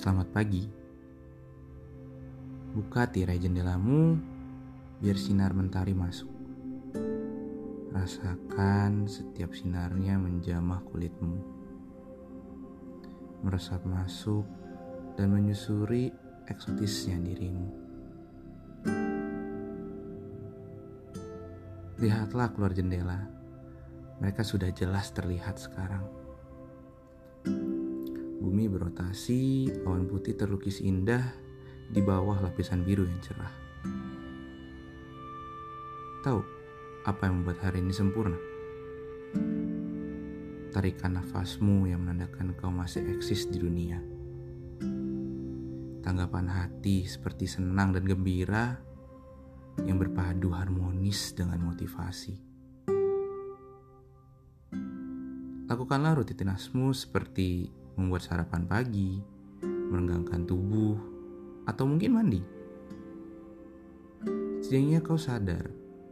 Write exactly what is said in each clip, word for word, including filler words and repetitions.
Selamat pagi. Buka tirai jendelamu biar sinar mentari masuk. Rasakan setiap sinarnya menjamah kulitmu, meresap masuk dan menyusuri eksotisnya dirimu. Lihatlah keluar jendela. Mereka sudah jelas terlihat sekarang. Bumi berotasi, awan putih terlukis indah di bawah lapisan biru yang cerah. Tahu apa yang membuat hari ini sempurna? Tarikan nafasmu yang menandakan kau masih eksis di dunia. Tanggapan hati seperti senang dan gembira yang berpadu harmonis dengan motivasi. Lakukanlah rutinitasmu seperti membuat sarapan pagi, merenggangkan tubuh, atau mungkin mandi. Setidaknya kau sadar,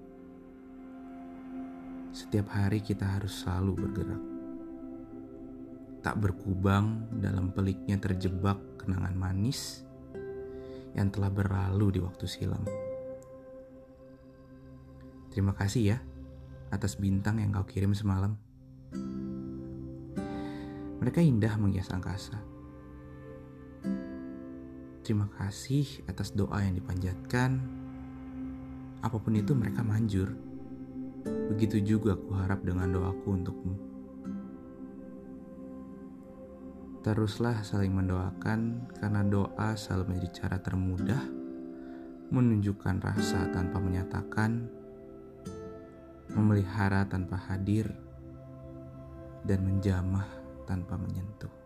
setiap hari kita harus selalu bergerak. Tak berkubang dalam peliknya terjebak kenangan manis yang telah berlalu di waktu silam. Terima kasih ya atas bintang yang kau kirim semalam. Mereka indah menghias angkasa. Terima kasih atas doa yang dipanjatkan. Apapun itu mereka manjur. Begitu juga aku harap dengan doaku untukmu. Teruslah saling mendoakan karena doa selalu menjadi cara termudah menunjukkan rasa tanpa menyatakan, memelihara tanpa hadir, dan menjamah tanpa menyentuh.